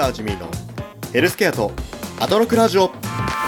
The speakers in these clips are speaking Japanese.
ージミーのヘルスケアとアトロクラジオ。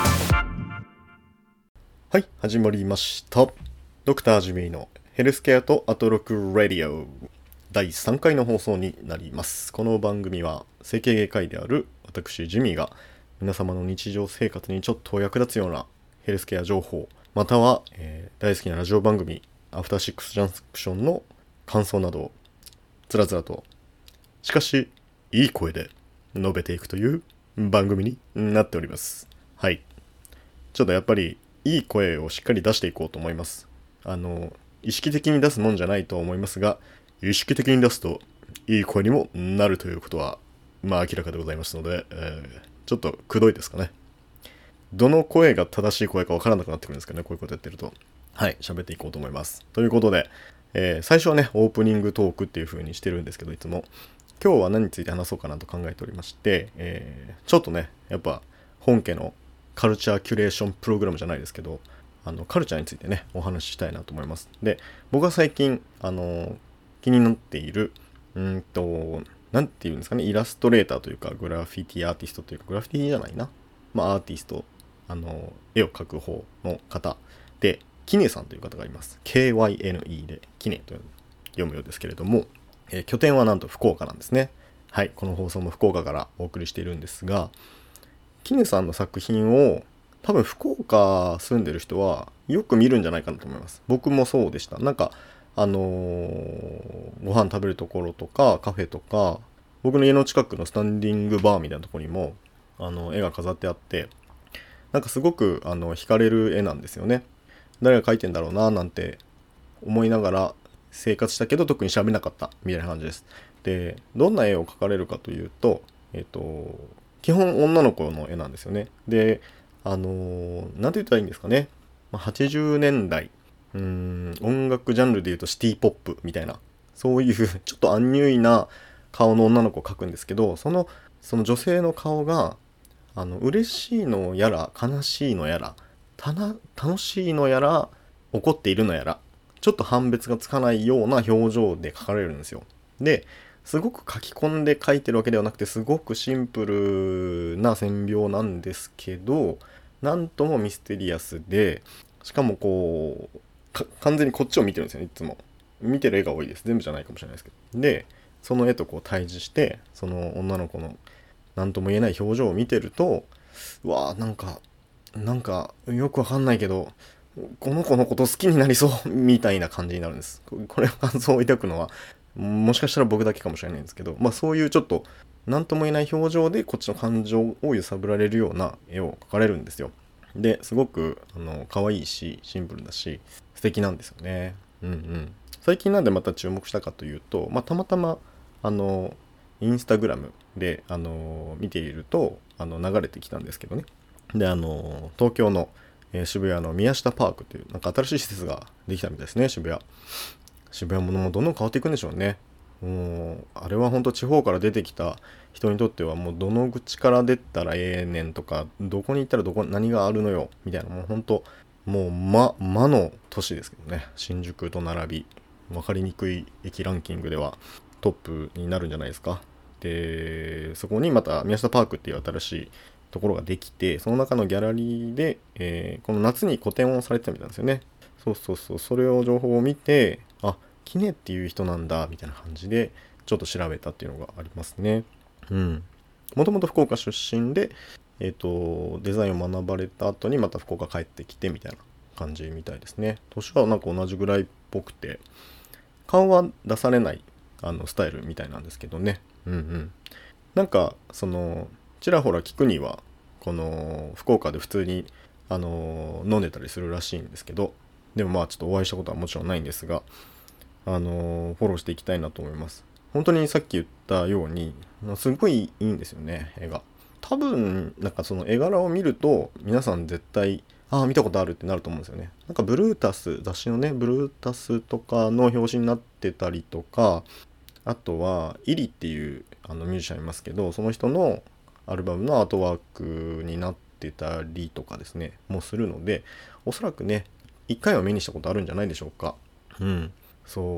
はい、始まりました。ドクタージミーのヘルスケアとアトロクラディオ第3回の放送になります。この番組は整形外科医である私ジミーが皆様の日常生活にちょっと役立つようなヘルスケア情報、または、大好きなラジオ番組アフターシックスジャンクションの感想などをつらつらと、しかしいい声で述べていくという番組になっております。はい、ちょっとやっぱりいい声をしっかり出していこうと思います。意識的に出すもんじゃないと思いますが、意識的に出すといい声にもなるということは明らかでございますので、ちょっとくどいですかね。どの声が正しい声かわからなくなってくるんですけどね、こういうことやってると。はい、喋っていこうと思います。ということで、最初はねオープニングトークっていう風にしてるんですけど、いつも今日は何について話そうかなと考えておりまして、ちょっとねやっぱ本家のカルチャーキュレーションプログラムじゃないですけど、カルチャーについてねお話ししたいなと思います。で、僕が最近気になっているなんていうんですかね、イラストレーターというかグラフィティアーティストというか、グラフィティじゃないな、アーティスト、絵を描く方の方でキネさんという方がいます。 KYNE でキネと読むようですけれども、拠点はなんと福岡なんですね。はい、この放送も福岡からお送りしているんですが、キネさんの作品を多分福岡住んでる人はよく見るんじゃないかなと思います。僕もそうでした。なんかご飯食べるところとかカフェとか、僕の家の近くのスタンディングバーみたいなところにも絵が飾ってあって、なんかすごく惹かれる絵なんですよね。誰が描いてんだろうななんて思いながら生活したけど特に喋れなかったみたいな感じです。で、どんな絵を描かれるかというと、基本女の子の絵なんですよね。で、なんて言ったらいいんですかね。80年代、音楽ジャンルで言うとシティポップみたいな、そういうちょっとアンニュイな顔の女の子を描くんですけど、その女性の顔が嬉しいのやら悲しいのやら楽しいのやら怒っているのやら、ちょっと判別がつかないような表情で描かれるんですよ。で、すごく書き込んで描いてるわけではなくて、すごくシンプルな線描なんですけど、なんともミステリアスで、しかもこう完全にこっちを見てるんですよね。いつも見てる絵が多いです。全部じゃないかもしれないですけど。で、その絵とこう対峙して、その女の子の何とも言えない表情を見てると、うわー、なんかよくわかんないけどこの子のこと好きになりそうみたいな感じになるんです。これを感想を抱くのはもしかしたら僕だけかもしれないんですけど、そういうちょっと何とも言えない表情でこっちの感情を揺さぶられるような絵を描かれるんですよ。で、すごく可愛いしシンプルだし素敵なんですよね。最近なんでまた注目したかというと、たまたまインスタグラムで見ていると流れてきたんですけどね。で、東京の渋谷の宮下パークというなんか新しい施設ができたみたいですね。渋谷ものもどんどん変わっていくんでしょうね。もうあれは本当地方から出てきた人にとってはもうどの口から出たらええねんとか、どこに行ったら何があるのよみたいな、もう本当もう魔の都市ですけどね。新宿と並び分かりにくい駅ランキングではトップになるんじゃないですか。で、そこにまた宮下パークっていう新しいところができて、その中のギャラリーで、この夏に個展をされてたみたいなんですよね。それを情報を見て、キネっていう人なんだみたいな感じでちょっと調べたっていうのがありますね。もともと福岡出身で、デザインを学ばれた後にまた福岡帰ってきてみたいな感じみたいですね。年はなんか同じぐらいっぽくて、顔は出されないスタイルみたいなんですけどね。なんかちらほら聞くにはこの福岡で普通に飲んでたりするらしいんですけど、でもちょっとお会いしたことはもちろんないんですが、フォローしていきたいなと思います。本当にさっき言ったようにすごいいいんですよね、絵が。多分なんかその絵柄を見ると皆さん絶対見たことあるってなると思うんですよね。なんかブルータス、雑誌のねブルータスとかの表紙になってたりとか、あとはイリっていうミュージシャンいますけど、その人のアルバムのアートワークになってたりとかですねもするので、おそらくね一回は目にしたことあるんじゃないでしょうか。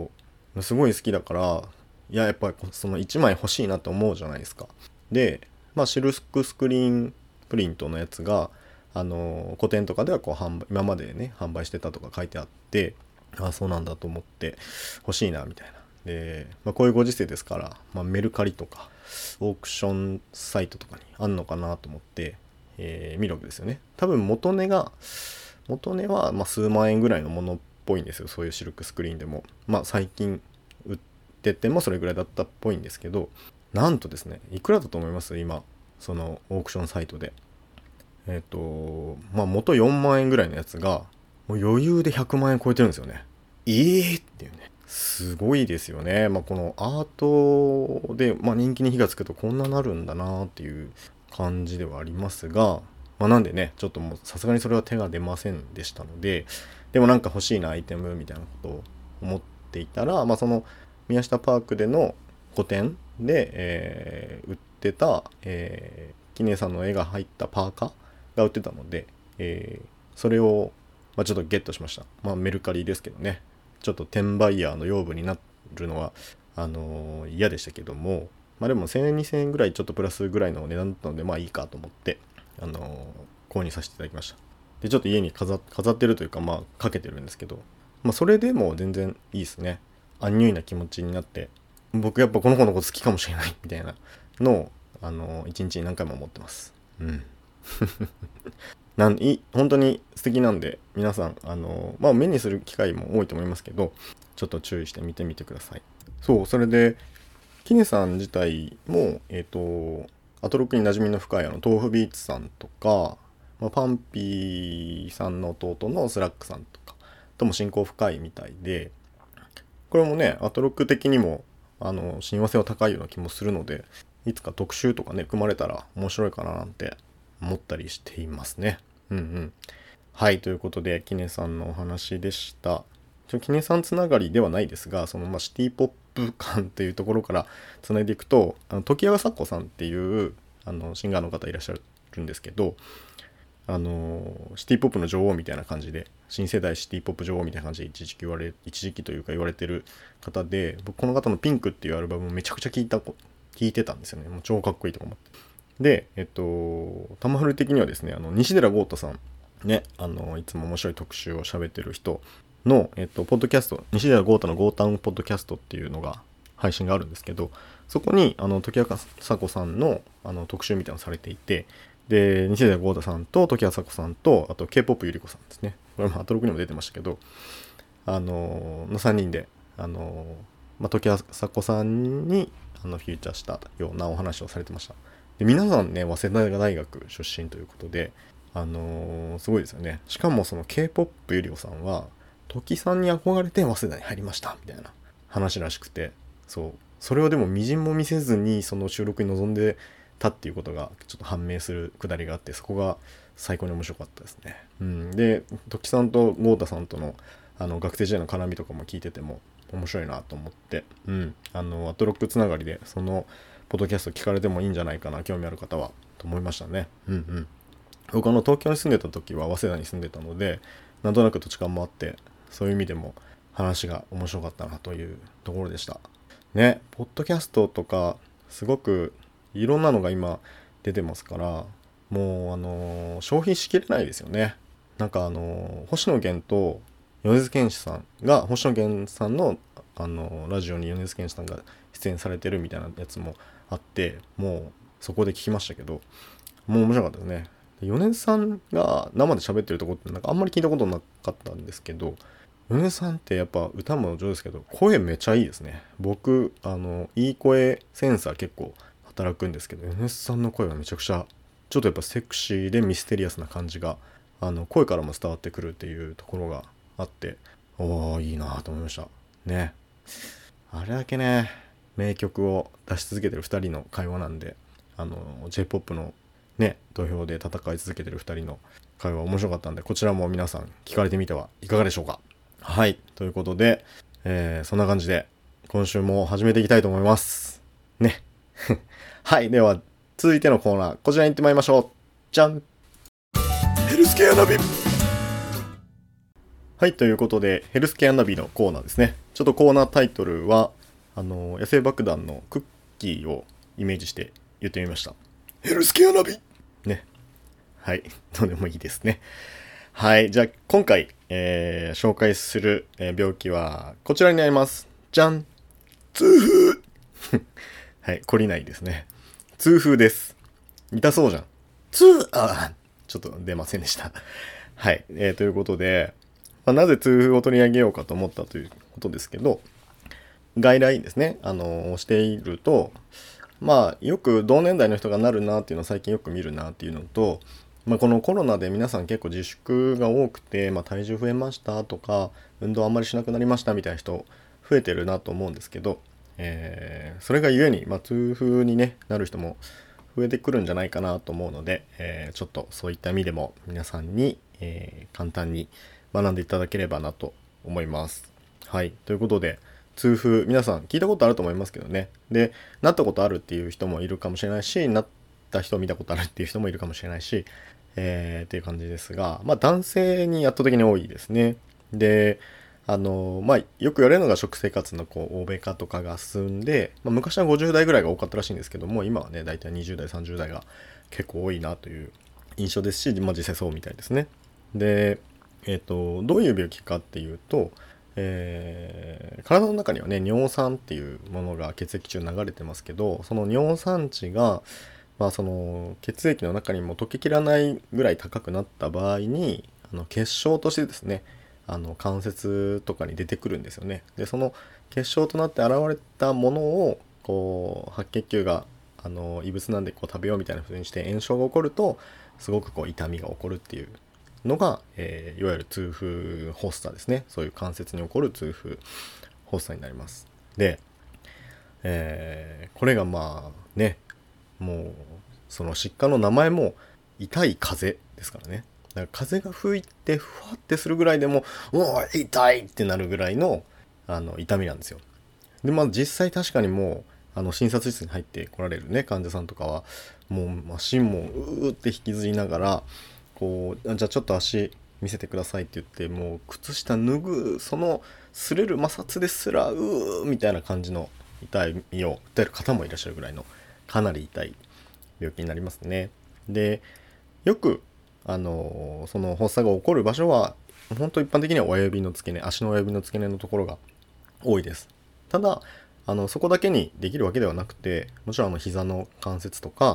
そうすごい好きだから、やっぱりその1枚欲しいなって思うじゃないですか。で、 シルクスクリーンプリントのやつが個展とかではこう今までね販売してたとか書いてあって、そうなんだと思って欲しいなみたいな。で、こういうご時世ですから、メルカリとかオークションサイトとかにあんのかなと思って、見るわけですよね。多分元値は数万円ぐらいのものっぽいんですよ。そういうシルクスクリーンでも最近売っててもそれぐらいだったっぽいんですけど、なんとですね、いくらだと思います今そのオークションサイトで。元4万円ぐらいのやつがもう余裕で100万円超えてるんですよね。っていうね、すごいですよね。このアートで、人気に火がつくとこんななるんだなっていう感じではありますが、なんでね、ちょっともうさすがにそれは手が出ませんでしたので、でもなんか欲しいなアイテムみたいなことを思っていたら、その宮下パークでの個展で、売ってた、キネさんの絵が入ったパーカが売ってたので、それを、ちょっとゲットしました。メルカリですけどね、ちょっと転売ヤーの養分になるのは嫌でしたけども、でも1000円2000円ぐらいちょっとプラスぐらいの値段だったのでいいかと思って購入させていただきました。でちょっと家に飾ってるというかかけてるんですけど、それでも全然いいですね。アンニュイな気持ちになって、僕やっぱこの子のこと好きかもしれないみたいなのを一日に何回も思ってます。本当に素敵なんで、皆さん目にする機会も多いと思いますけど、ちょっと注意して見てみてください。それでキネさん自体もアトロックに馴染みの深い豆腐ビーツさんとか、パンピーさんの弟のスラックさんとかとも親交深いみたいで、これもねアトロック的にも親和性は高いような気もするので、いつか特集とかね組まれたら面白いかななんて思ったりしていますね。はい、ということでキネさんのお話でした。キネさんつながりではないですが、そのシティポップ感っていうところからつないでいくと、時矢咲子さんっていうシンガーの方いらっしゃるんですけど、シティポップの女王みたいな感じで、新世代シティポップ女王みたいな感じで一時期というか言われてる方で、僕この方のピンクっていうアルバムめちゃくちゃ聴いてたんですよね。もう超かっこいいとか思って。でタマフル的にはですね、西寺豪太さんね、いつも面白い特集を喋ってる人のポッドキャスト、西寺豪太のゴータウンポッドキャストっていうのが配信があるんですけど、そこに時矢咲子さんの特集みたいなのされていて、で西寺豪太さんと時矢咲子さんと、あと K-POP ゆり子さんですね、これもアトロクにも出てましたけど、の3人で時矢咲子さんにフューチャーしたようなお話をされてました。で皆さんね早稲田大学出身ということで、すごいですよね。しかもその K-POP ゆり子さんは時さんに憧れて早稲田に入りましたみたいな話らしくて、それをでもみじんも見せずにその収録に臨んでたっていうことがちょっと判明するくだりがあって、そこが最高に面白かったですね。で時さんと豪太さんとの学生時代の絡みとかも聞いてても面白いなと思って、アトロックつながりでそのポッドキャスト聞かれてもいいんじゃないかな、興味ある方はと思いましたね。僕東京に住んでた時は早稲田に住んでたので、なんとなく土地勘もあって、そういう意味でも話が面白かったなというところでしたね。ポッドキャストとかすごくいろんなのが今出てますから、もう消費しきれないですよね。なんか星野源と米津玄師さんが、星野源さんのラジオに米津玄師さんが出演されてるみたいなやつもあって、もうそこで聞きましたけど、もう面白かったですね。米津さんが生で喋ってるとこってなんかあんまり聞いたことなかったんですけど、米津さんってやっぱ歌も上手ですけど声めちゃいいですね。僕いい声センサー結構働くんですけど、米津さんの声はめちゃくちゃちょっとやっぱセクシーでミステリアスな感じが声からも伝わってくるっていうところがあって、いいなと思いましたね。あれだけね名曲を出し続けてる2人の会話なんで、J-POP のね土俵で戦い続けてる2人の会話面白かったんで、こちらも皆さん聞かれてみてはいかがでしょうか。はい、ということで、そんな感じで今週も始めていきたいと思いますね。はい、では続いてのコーナー、こちらに行ってまいりましょう。じゃん。ヘルスケアナビ。はい、ということでヘルスケアナビのコーナーですね。ちょっとコーナータイトルは野生爆弾のクッキーをイメージして言ってみました。 ヘルスケアナビね。はい。どうでもいいですね。はい。じゃあ、今回、紹介する病気は、こちらになります。じゃん。痛風はい。懲りないですね。痛風です。痛そうじゃん。ちょっと出ませんでした。はい。ということで、なぜ痛風を取り上げようかと思ったということですけど、外来ですね、していると、よく同年代の人がなるなっていうのを最近よく見るなっていうのと、このコロナで皆さん結構自粛が多くて、体重増えましたとか、運動あんまりしなくなりましたみたいな人増えてるなと思うんですけど、それがゆえに、痛風に、なる人も増えてくるんじゃないかなと思うので、ちょっとそういった意味でも皆さんに、簡単に学んでいただければなと思います。はい。ということで、痛風、皆さん聞いたことあると思いますけどね。で、なったことあるっていう人もいるかもしれないし、なった人を見たことあるっていう人もいるかもしれないし、っていう感じですが、男性に圧倒的に多いですね。で、よく言われるのが食生活の欧米化とかが進んで、昔は50代ぐらいが多かったらしいんですけども、今はね、だいたい20代、30代が結構多いなという印象ですし、実際そうみたいですね。で、どういう病気かっていうと、体の中にはね、尿酸っていうものが血液中に流れてますけど、その尿酸値が、その血液の中にも溶けきらないぐらい高くなった場合に、結晶としてですね、関節とかに出てくるんですよね。で、その結晶となって現れたものを、白血球が、異物なんで食べようみたいな風にして炎症が起こると、すごく痛みが起こるっていうのが、いわゆる痛風発作ですね。そういう関節に起こる痛風発作になります。で、これがもうその疾患の名前も痛い風ですからね。だから風が吹いてふわってするぐらいでも痛いってなるぐらいの痛みなんですよ。で実際確かにもう診察室に入ってこられるね患者さんとかはもう心もうーって引きずりながらじゃあちょっと足見せてくださいって言ってもう靴下脱ぐその擦れる摩擦ですらみたいな感じの痛みを訴える方もいらっしゃるぐらいのかなり痛い病気になりますね。で、よくその発作が起こる場所は本当一般的には親指の付け根、足の親指の付け根のところが多いです。ただそこだけにできるわけではなくて、もちろん膝の関節とか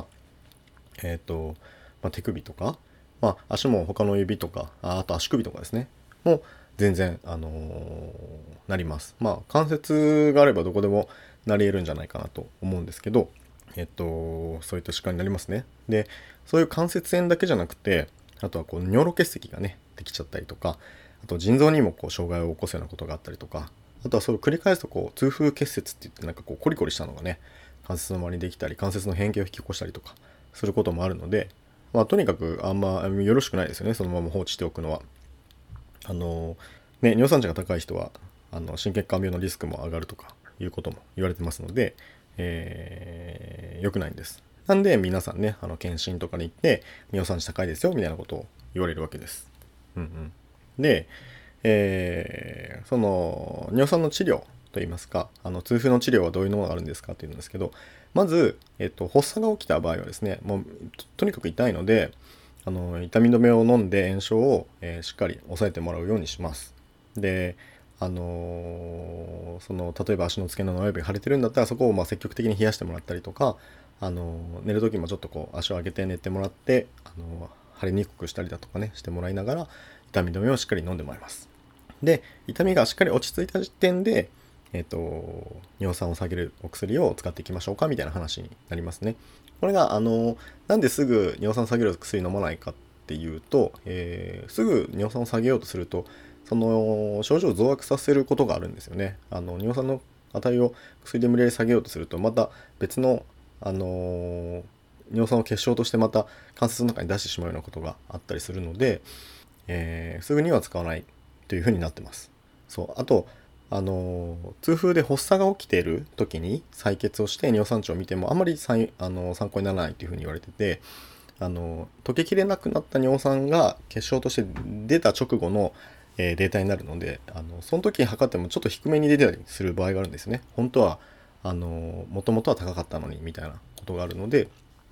手首とか、足も他の指とかあと足首とかですねも全然なります。関節があればどこでもなり得るんじゃないかなと思うんですけど、そういった疾患になりますね。で、そういう関節炎だけじゃなくて、あとは尿路結石がねできちゃったりとか、あと腎臓にも障害を起こすようなことがあったりとか、あとはそれを繰り返すと痛風結節って言ってコリコリしたのがね関節の周りにできたり関節の変形を引き起こしたりとかすることもあるので、とにかくあんまよろしくないですよね、そのまま放置しておくのは。尿酸値が高い人は心血管病のリスクも上がるとかいうことも言われてますので、良くないんです。なんで皆さんね検診とかに行って尿酸値高いですよみたいなことを言われるわけです。で、その尿酸の治療といいますか痛風の治療はどういうのがあるんですかっていうんですけど、まず、発作が起きた場合はですねもう とにかく痛いので痛み止めを飲んで炎症を、しっかり抑えてもらうようにします。で例えば足の付け根の親指が腫れてるんだったらそこを積極的に冷やしてもらったりとか、寝る時もちょっと足を上げて寝てもらって腫れにくくしたりだとかねしてもらいながら痛み止めをしっかり飲んでもらいます。で痛みがしっかり落ち着いた時点で尿酸を下げるお薬を使っていきましょうかみたいな話になりますね。これがなんですぐ尿酸下げる薬飲まないかっていうと、すぐ尿酸を下げようとするとその症状を増悪させることがあるんですよね。尿酸の値を薬で無理やり下げようとするとまた別の、尿酸を結晶としてまた関節の中に出してしまうようなことがあったりするので、すぐには使わないというふうになってます。あと痛風で発作が起きている時に採血をして尿酸値を見てもあまり参考にならないというふうに言われてて、溶けきれなくなった尿酸が結晶として出た直後の、データになるのでその時に測ってもちょっと低めに出てたりする場合があるんですね。本当はもともとは高かったのにみたいなことがあるので、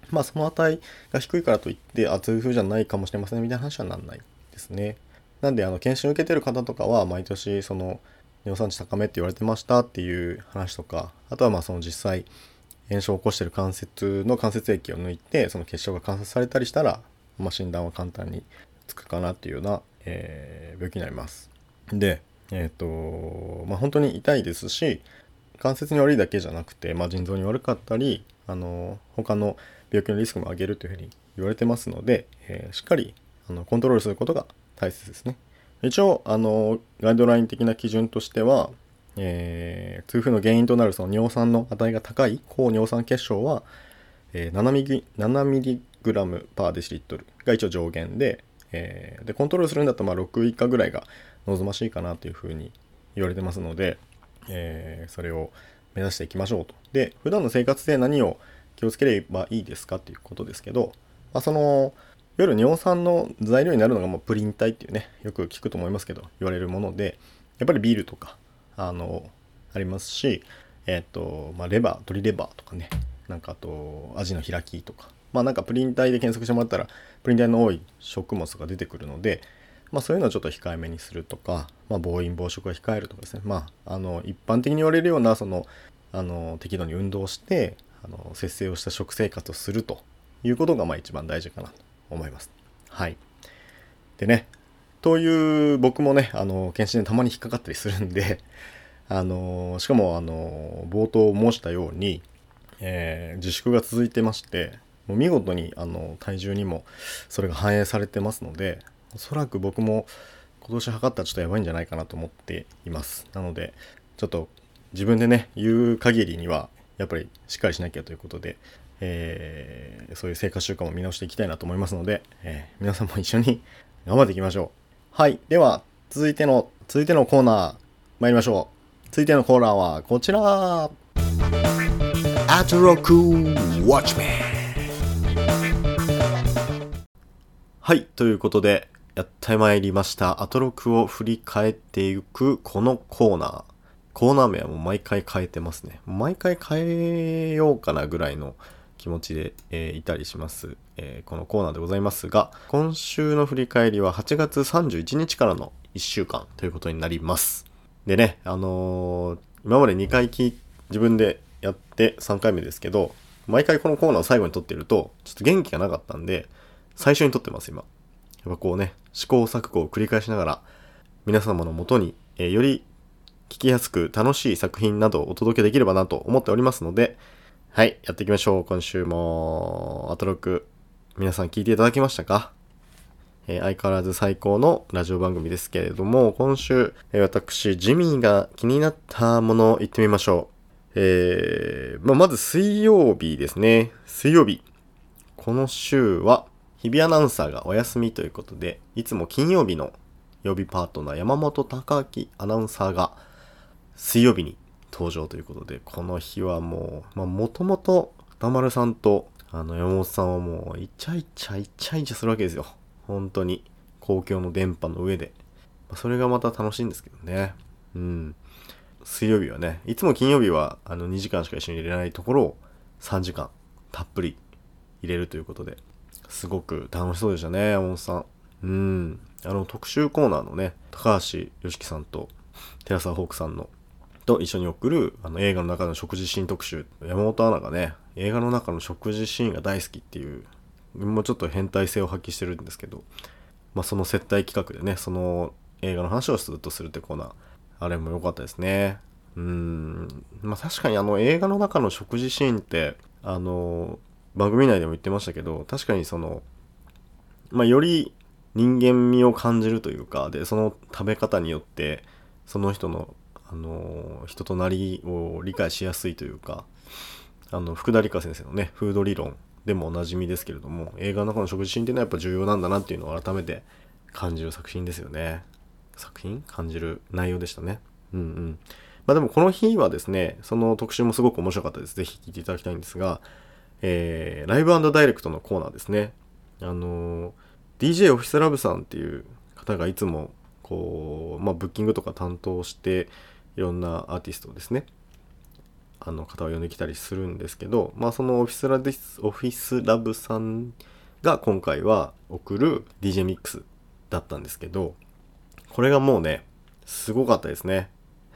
その値が低いからといって痛風じゃないかもしれませんみたいな話はなんないですね。なんで検診を受けてる方とかは毎年その尿酸値高めって言われてましたっていう話とか、あとはその実際炎症を起こしている関節の関節液を抜いてその結晶が観察されたりしたら、診断は簡単につくかなっていうような、病気になります。で、本当に痛いですし、関節に悪いだけじゃなくて、腎臓に悪かったり他の病気のリスクも上げるというふうに言われてますので、しっかりコントロールすることが大切ですね。一応ガイドライン的な基準としては、痛風の原因となるその尿酸の値が高い高尿酸血症は、7ミリグラムパーデシリットルが一応上限で、コントロールするんだったら6以下ぐらいが望ましいかなというふうに言われてますので、それを目指していきましょうと。で、普段の生活で何を気をつければいいですかっていうことですけど、そのいわゆる尿酸の材料になるのがプリン体っていうね、よく聞くと思いますけど言われるもので、やっぱりビールとかありますし、レバー、鶏レバーとかね、あとアジの開きとか、プリン体で検索してもらったらプリン体の多い食物が出てくるので、そういうのをちょっと控えめにするとか、暴飲暴食は控えるとかですね、一般的に言われるような適度に運動して節制をした食生活をするということが一番大事かなと思います。はい。でね、という僕もね検診でたまに引っかかったりするんでしかも冒頭申したように、自粛が続いてまして、もう見事に体重にもそれが反映されてますので、おそらく僕も今年測ったらちょっとやばいんじゃないかなと思っています。なのでちょっと自分でね言う限りにはやっぱりしっかりしなきゃということで、そういう生活習慣も見直していきたいなと思いますので、皆さんも一緒に頑張っていきましょう。はい。では続いてのコーナー参りましょう。続いてのコーナーはこちら。アトロクウォッチメン。はい。ということでやってまいりましたアトロクを振り返っていくこのコーナー。コーナー名はもう毎回変えてますね。毎回変えようかなぐらいの気持ちで、いたりします、このコーナーでございますが、今週の振り返りは8月31日からの1週間ということになります。でね、今まで2回自分でやって3回目ですけど、毎回このコーナーを最後に撮っているとちょっと元気がなかったんで最初に撮ってます今。やっぱ試行錯誤を繰り返しながら皆様のもとに、より聞きやすく楽しい作品などをお届けできればなと思っておりますので、はい、やっていきましょう。今週もアトロック皆さん聞いていただけましたか？相変わらず最高のラジオ番組ですけれども、今週、私ジミーが気になったものを言ってみましょう。まず水曜日ですね。水曜日、この週は日比アナウンサーがお休みということで、いつも金曜日の曜日パートナー山本貴明アナウンサーが水曜日に登場ということで、この日はもともと歌丸さんと山本さんはもうイチャイチャするわけですよ。本当に公共の電波の上で、それがまた楽しいんですけどね。水曜日はね、いつも金曜日は2時間しか一緒に入れないところを3時間たっぷり入れるということで、すごく楽しそうでしたね、山本さん。特集コーナーのね、高橋良樹さんとテラサホークさんのと一緒に送る映画の中の食事シーン特集。山本アナがね、映画の中の食事シーンが大好きっていう、もうちょっと変態性を発揮してるんですけど、その接待企画でね、その映画の話をずっとするってコーナー、あれも良かったですね。確かに映画の中の食事シーンって番組内でも言ってましたけど、確かにより人間味を感じるというか、でその食べ方によってその人の人となりを理解しやすいというか、福田理香先生のねフード理論でもおなじみですけれども、映画の中の食事シーンっていうのはやっぱ重要なんだなっていうのを改めて感じる作品ですよね。感じる内容でしたね。でもこの日はですね、その特集もすごく面白かったです。ぜひ聞いていただきたいんですが、ライブ&ダイレクトのコーナーですね。DJ オフィスラブさんっていう方がいつもブッキングとか担当していろんなアーティストをですね方を呼んできたりするんですけど、そのオフィスラブさんが今回は送る DJ ミックスだったんですけど、これがもうね、すごかったですね。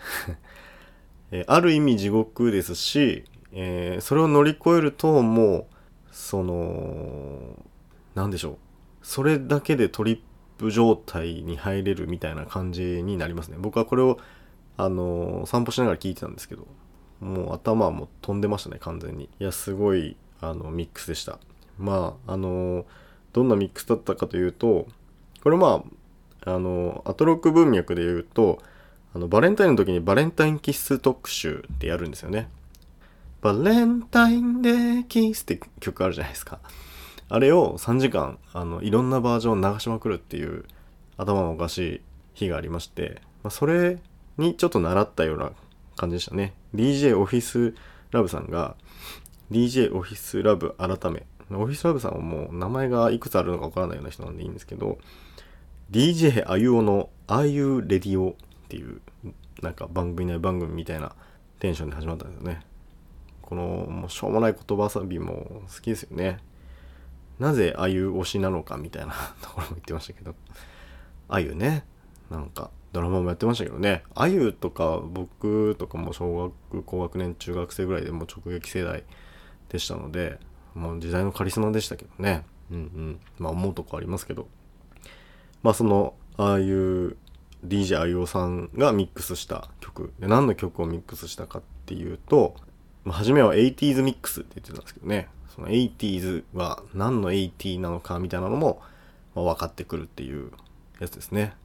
ある意味地獄ですし、それを乗り越えるともう、なんでしょう。それだけでトリップ状態に入れるみたいな感じになりますね。僕はこれを、散歩しながら聞いてたんですけど、もう頭はもう飛んでましたね、完全に。いや、すごい、ミックスでした。どんなミックスだったかというと、これアトロック文脈で言うと、バレンタインの時にバレンタインキッス特集ってやるんですよね。バレンタインデーキスって曲あるじゃないですか。あれを3時間、いろんなバージョン流しまくるっていう頭のおかしい日がありまして、それにちょっと習ったような感じでしたね。DJ オフィスラブさんが DJ オフィスラブ改め、オフィスラブさんはもう名前がいくつあるのかわからないような人なんでいいんですけど、DJ あゆおのあゆレディオっていうなんか番組内番組みたいなテンションで始まったんですよね。このもうしょうもない言葉遊びも好きですよね。なぜあゆ推しなのかみたいなところも言ってましたけど、あゆね、なんかドラマもやってましたけどね、あゆとか僕とかも小学高学年中学生ぐらいでもう直撃世代でしたので、もう時代のカリスマでしたけどね。思うとこありますけど、そのああいう DJ あゆおさんがミックスした曲で、何の曲をミックスしたかっていうと、初めは 80s ミックスって言ってたんですけどね、その 80s は何の80なのかみたいなのも、分かってくるっていうやつですね。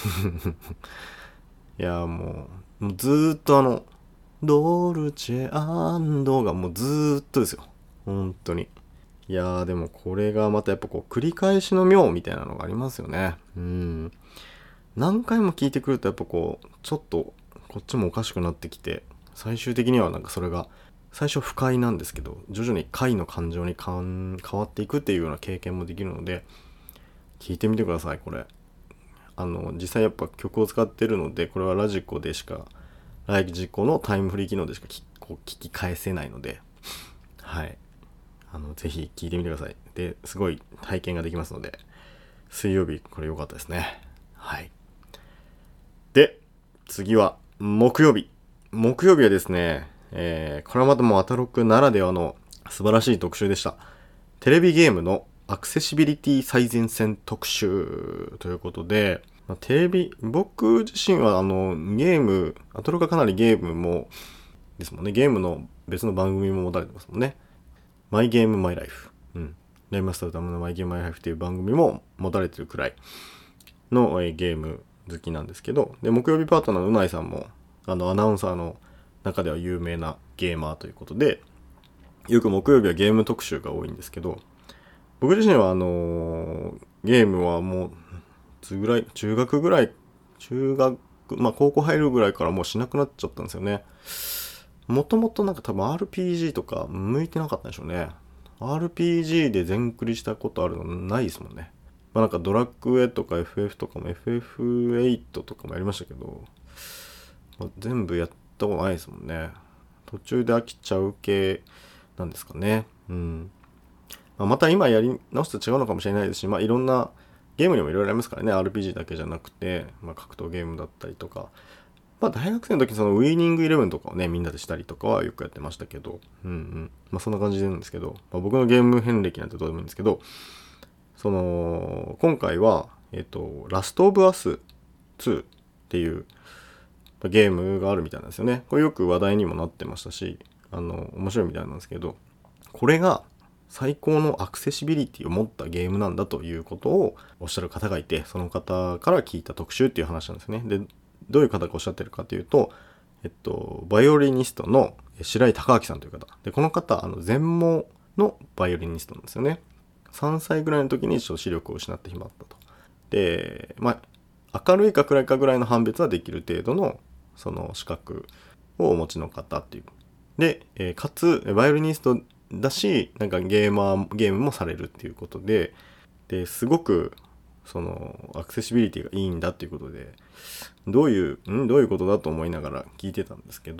いやもうずーっとドルチェがもうずーっとですよ、本当に。いやでもこれがまたやっぱこう繰り返しの妙みたいなのがありますよね。何回も聞いてくるとやっぱこうちょっとこっちもおかしくなってきて、最終的にはなんかそれが最初不快なんですけど、徐々に快の感情に変わっていくっていうような経験もできるので、聞いてみてください。これ実際やっぱ曲を使ってるので、これはラジコのタイムフリー機能でしか聞き返せないので、はい、ぜひ聞いてみてください。ですごい体験ができますので、水曜日これ良かったですね。はい。で次は木曜日はですね、これはまたもうアタロックならではの素晴らしい特集でした。テレビゲームのアクセシビリティ最前線特集ということで、僕自身はゲーム、アトロックはかなりゲームもですもんね。ゲームの別の番組も持たれてますもんね。マイゲームマイライフ。ライマスターのためのマイゲームマイライフっていう番組も持たれてるくらいのゲーム好きなんですけど、で、木曜日パートナーのうないさんも、アナウンサーの中では有名なゲーマーということで、よく木曜日はゲーム特集が多いんですけど、僕自身はゲームはもう、中学、高校入るぐらいからもうしなくなっちゃったんですよね。もともとなんか多分 RPG とか向いてなかったんでしょうね。RPG で全クリしたことあるのないですもんね。なんかドラクエとか FF とかも FF8 とかもやりましたけど、全部やったことないですもんね。途中で飽きちゃう系なんですかね。また今やり直すと違うのかもしれないですし、いろんなゲームにもいろいろありますからね。RPG だけじゃなくて、格闘ゲームだったりとか、大学生の時そのウィーニングイレブンとかをね、みんなでしたりとかはよくやってましたけど、そんな感じでなんですけど、僕のゲーム遍歴なんてどうでもいいんですけど、今回は、ラストオブアス2っていうゲームがあるみたいなんですよね。これよく話題にもなってましたし、面白いみたいなんですけど、これが最高のアクセシビリティを持ったゲームなんだということをおっしゃる方がいて、その方から聞いた特集っていう話なんですね。で、どういう方がおっしゃってるかというと、バイオリニストの白井孝明さんという方で、この方全盲のバイオリニストなんですよね。3歳ぐらいの時に視力を失ってしまったと。で、明るいか暗いかぐらいの判別はできる程度のその視覚をお持ちの方っていう。で、かつバイオリニストだし、なんかゲームもされるっていうことで、すごくそのアクセシビリティがいいんだっていうことで、どういうことだと思いながら聞いてたんですけど、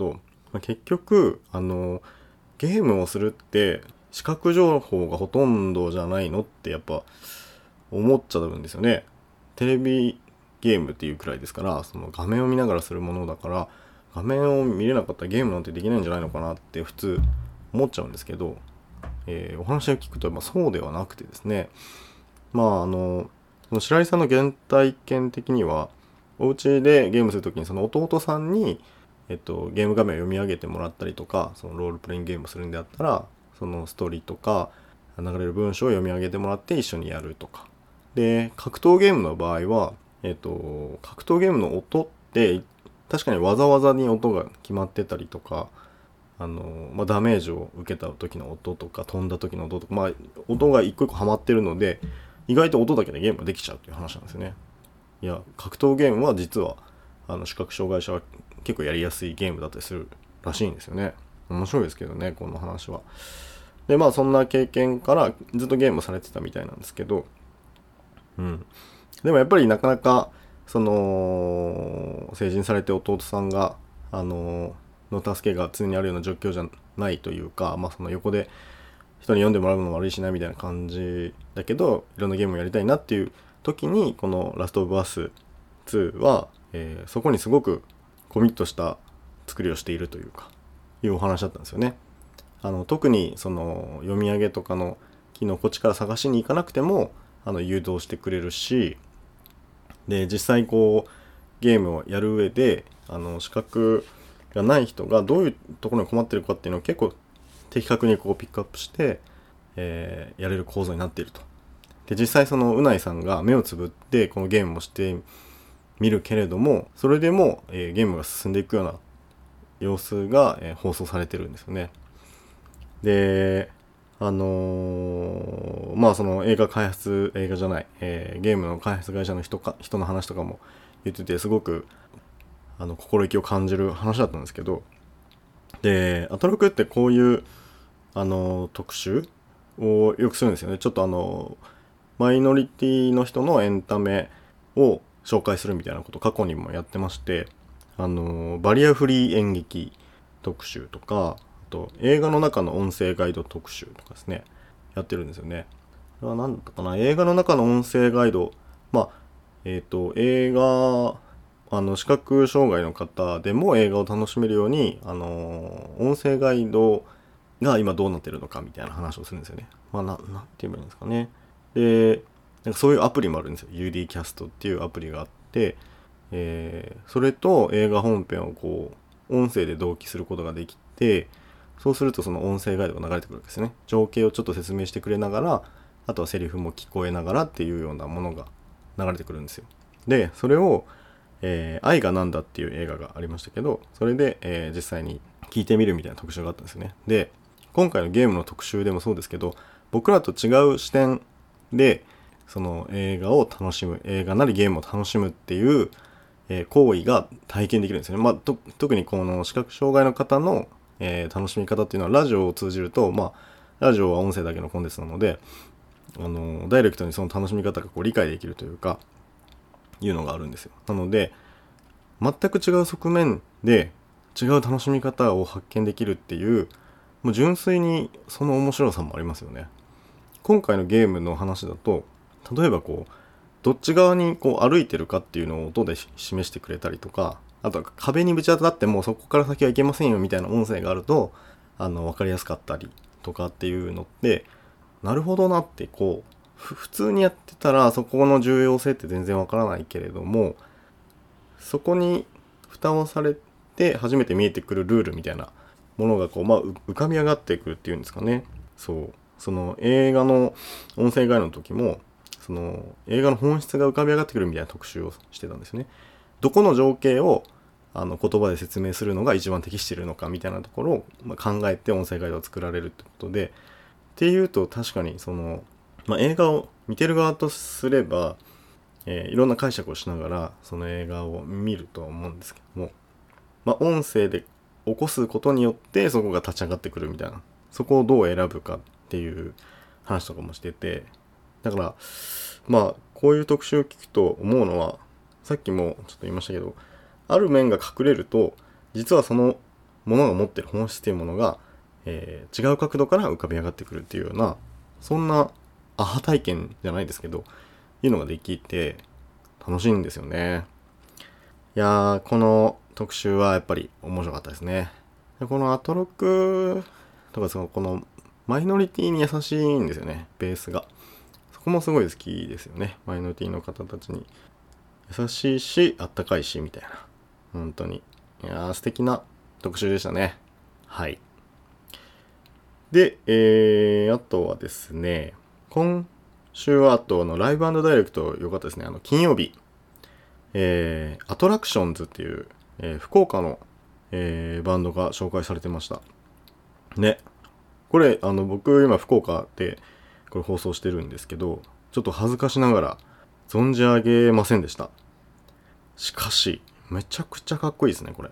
結局ゲームをするって視覚情報がほとんどじゃないのってやっぱ思っちゃうんですよね。テレビゲームっていうくらいですから、その画面を見ながらするものだから、画面を見れなかったらゲームなんてできないんじゃないのかなって普通思っちゃうんですけど、お話を聞くとそうではなくてですね、その白井さんの原体験的には、お家でゲームするときにその弟さんに、ゲーム画面を読み上げてもらったりとか、そのロールプレイングゲームをするんであったら、そのストーリーとか流れる文章を読み上げてもらって一緒にやるとか。で、格闘ゲームの場合は、格闘ゲームの音って確かにわざわざに音が決まってたりとか、ダメージを受けた時の音とか飛んだ時の音とか、音が一個一個ハマってるので、意外と音だけでゲームができちゃうっていう話なんですよね。いや、格闘ゲームは実は視覚障害者は結構やりやすいゲームだったりするらしいんですよね。面白いですけどね、この話は。で、そんな経験からずっとゲームされてたみたいなんですけど、でもやっぱりなかなか成人されて弟さんがの助けが常にあるような状況じゃないというか、その横で人に読んでもらうのも悪いしなみたいな感じだけど、いろんなゲームをやりたいなっていう時に、このラストオブアス2は、そこにすごくコミットした作りをしているというか、いうお話だったんですよね。特にその読み上げとかの機能こっちから探しに行かなくても誘導してくれるし、で実際ゲームをやる上で視覚がない人がどういうところに困ってるかっていうのを結構的確にピックアップして、やれる構造になっていると。で実際そのうないさんが目をつぶってこのゲームをしてみるけれども、それでも、ゲームが進んでいくような様子が、放送されてるんですよね。でその映画じゃない、ゲームの開発会社の人の話とかも言ってて、すごく心意気を感じる話だったんですけど、でアトロクってこういう特集をよくするんですよね。ちょっとマイノリティの人のエンタメを紹介するみたいなこと過去にもやってまして、バリアフリー演劇特集とか、あと映画の中の音声ガイド特集とかですね、やってるんですよね。これは何だったかな、映画の中の音声ガイド、映画視覚障害の方でも映画を楽しめるように音声ガイドが今どうなってるのかみたいな話をするんですよね。なんて言えばいいんですかね。で、なんかそういうアプリもあるんですよ。UD キャストっていうアプリがあって、それと映画本編を音声で同期することができて、そうするとその音声ガイドが流れてくるわけですね。情景をちょっと説明してくれながら、あとはセリフも聞こえながらっていうようなものが流れてくるんですよ。で、それを、愛がなんだっていう映画がありましたけど、それで、実際に聞いてみるみたいな特集があったんですよね。で、今回のゲームの特集でもそうですけど、僕らと違う視点でその映画を楽しむ、映画なりゲームを楽しむっていう、行為が体験できるんですよね。特にこの視覚障害の方の、楽しみ方っていうのはラジオを通じると、ラジオは音声だけのコンテンツなので、ダイレクトにその楽しみ方が理解できるというか、いうのがあるんですよ。なので、全く違う側面で違う楽しみ方を発見できるっていう、もう純粋にその面白さもありますよね。今回のゲームの話だと、例えばどっち側に歩いてるかっていうのを音で示してくれたりとか、あとは壁にぶち当たってもそこから先はいけませんよみたいな音声があると、わかりやすかったりとかっていうのって、なるほどなって普通にやってたらそこの重要性って全然わからないけれども、そこに蓋をされて初めて見えてくるルールみたいなものが浮かび上がってくるっていうんですかね。その映画の音声ガイドの時も、その映画の本質が浮かび上がってくるみたいな特集をしてたんですね。どこの情景を言葉で説明するのが一番適しているのかみたいなところを考えて音声ガイドを作られるってことで、っていうと確かに映画を見てる側とすれば、いろんな解釈をしながらその映画を見るとは思うんですけども、音声で起こすことによってそこが立ち上がってくるみたいな、そこをどう選ぶかっていう話とかもしてて、だからこういう特集を聞くと思うのは、さっきもちょっと言いましたけど、ある面が隠れると実はそのものが持ってる本質っていうものが、違う角度から浮かび上がってくるっていうような、そんなアハ体験じゃないですけど、いうのができて楽しいんですよね。いやー、この特集はやっぱり面白かったですね。でこのアトロクとかこのマイノリティに優しいんですよね、ベースが。そこもすごい好きですよね。マイノリティの方たちに優しいし、あったかいし、みたいな。本当に。いやー、素敵な特集でしたね。はい。で、あとはですね、今週はあとライブ&ダイレクト良かったですね。金曜日、アトラクションズっていう、福岡の、バンドが紹介されてました。ね。これ、僕今福岡でこれ放送してるんですけど、ちょっと恥ずかしながら存じ上げませんでした。しかし、めちゃくちゃかっこいいですね、これ。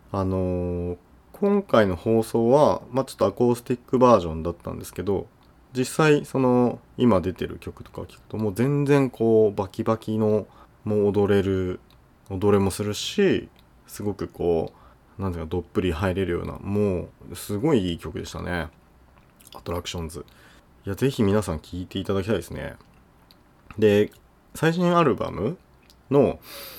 今回の放送は、ちょっとアコースティックバージョンだったんですけど、実際、今出てる曲とかを聞くと、もう全然バキバキの、もう踊れもするし、すごくなんていうか、どっぷり入れるような、もう、すごいいい曲でしたね。アトラクションズ。いや、ぜひ皆さん聴いていただきたいですね。で、最新アルバムの、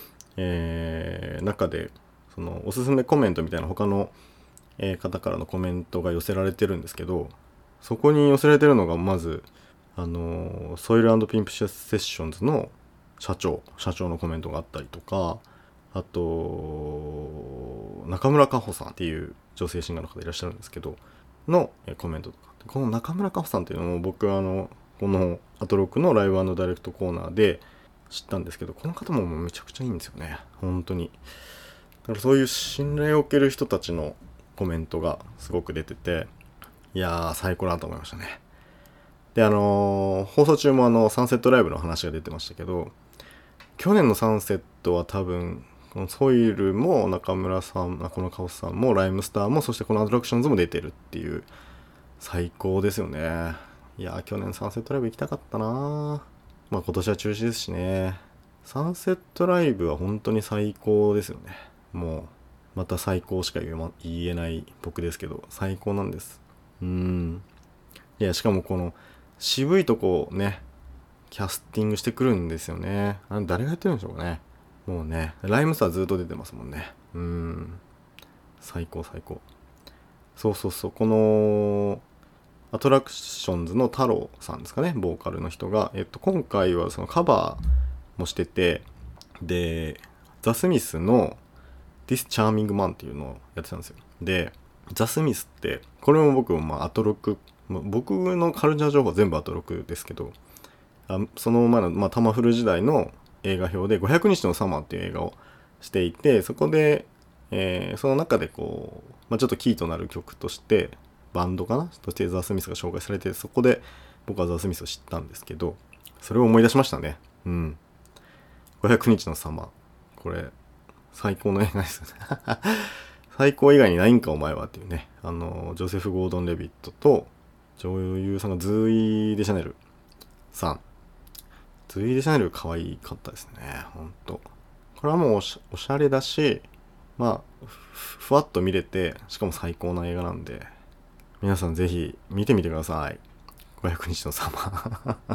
中で、おすすめコメントみたいな他の、方からのコメントが寄せられてるんですけど、そこに寄せられてるのが、まず、ソイル&ピンプセッションズの社長のコメントがあったりとか、あと、中村佳穂さんっていう女性シンガーの方いらっしゃるんですけど、のコメントとか。この中村佳穂さんっていうのも僕はこのアトロックのライブ&ダイレクトコーナーで知ったんですけど、この方もめちゃくちゃいいんですよね。本当に。だからそういう信頼を受ける人たちのコメントがすごく出てて、いやー最高だと思いましたね。で、放送中もサンセットライブの話が出てましたけど、去年のサンセットは多分、このソイルも中村さん、このカオスさんもライムスターも、そしてこのアトラクションズも出てるっていう、最高ですよね。いやー、去年サンセットライブ行きたかったな。今年は中止ですしね。サンセットライブは本当に最高ですよね。もう、また最高しか言えない僕ですけど、最高なんです。いや、しかもこの、渋いとこね、キャスティングしてくるんですよね。誰がやってるんでしょうかね。もうね、ライムスターずっと出てますもんね。最高。そう、この、アトラクションズの太郎さんですかね、ボーカルの人が、今回はそのカバーもしてて、で、ザ・スミスの This Charming Man っていうのをやってたんですよ。で、ザ・スミスって、これも僕もアトロック、僕のカルチャー情報は全部アトロックですけど、その前の、タマフル時代の映画表で500日のサマーっていう映画をしていて、そこで、その中でちょっとキーとなる曲としてバンドかなとしてザ・スミスが紹介されて、そこで僕はザ・スミスを知ったんですけど、それを思い出しましたね。500日のサマー、これ最高の映画ですね最高以外にないんかお前はっていうね、ジョセフ・ゴードン・レビットと女優さんがズーイ・デ・シャネルさん。ズーイ・デ・シャネル可愛かったですね。ほんと。これはもうおしゃれだし、ふわっと見れて、しかも最高な映画なんで、皆さんぜひ見てみてください。500日のサマー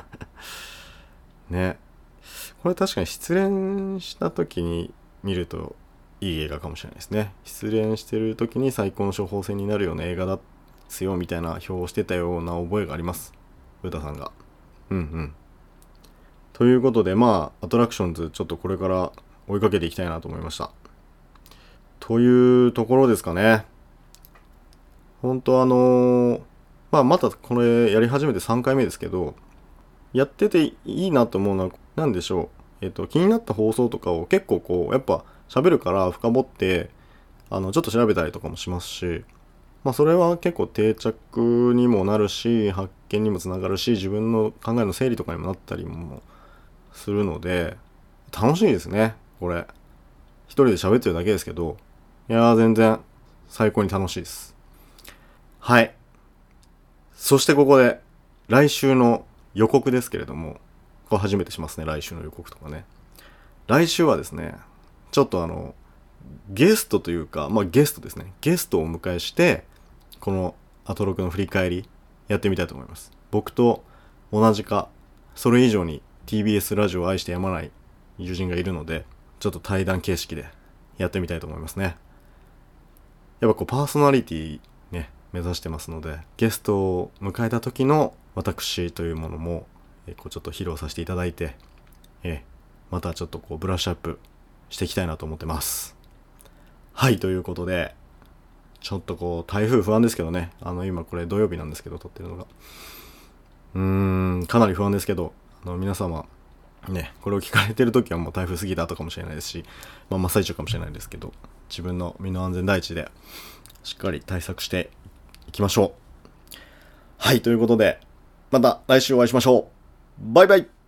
ね。これ確かに失恋した時に見るといい映画かもしれないですね。失恋してる時に最高の処方箋になるような映画ですよみたいな表をしてたような覚えがあります。歌さんが。ということで、アトラクションズちょっとこれから追いかけていきたいなと思いました。というところですかね。本当またこれやり始めて3回目ですけど、やってていいなと思うのは、なんでしょう。気になった放送とかを結構やっぱ喋るから深掘って、ちょっと調べたりとかもしますし、それは結構定着にもなるし、発見にもつながるし、自分の考えの整理とかにもなったりもするので、楽しいですね、これ。一人で喋ってるだけですけど、いやー全然最高に楽しいです。はい。そしてここで、来週の予告ですけれども、これ初めてしますね、来週の予告とかね。来週はですね、ちょっとゲストというか、ゲストですね。ゲストをお迎えして、このアトロクの振り返りやってみたいと思います。僕と同じか、それ以上に TBS ラジオを愛してやまない友人がいるので、ちょっと対談形式でやってみたいと思いますね。やっぱパーソナリティね、目指してますので、ゲストを迎えた時の私というものも、ちょっと披露させていただいて、またちょっとブラッシュアップしていきたいなと思ってます。はい、ということで、ちょっと台風不安ですけどね、今これ土曜日なんですけど、撮ってるのが。かなり不安ですけど、皆様、ね、これを聞かれてる時はもう台風過ぎた後かもしれないですし、真っ最中かもしれないですけど、自分の身の安全第一でしっかり対策していきましょう。はい、ということで、また来週お会いしましょう。バイバイ。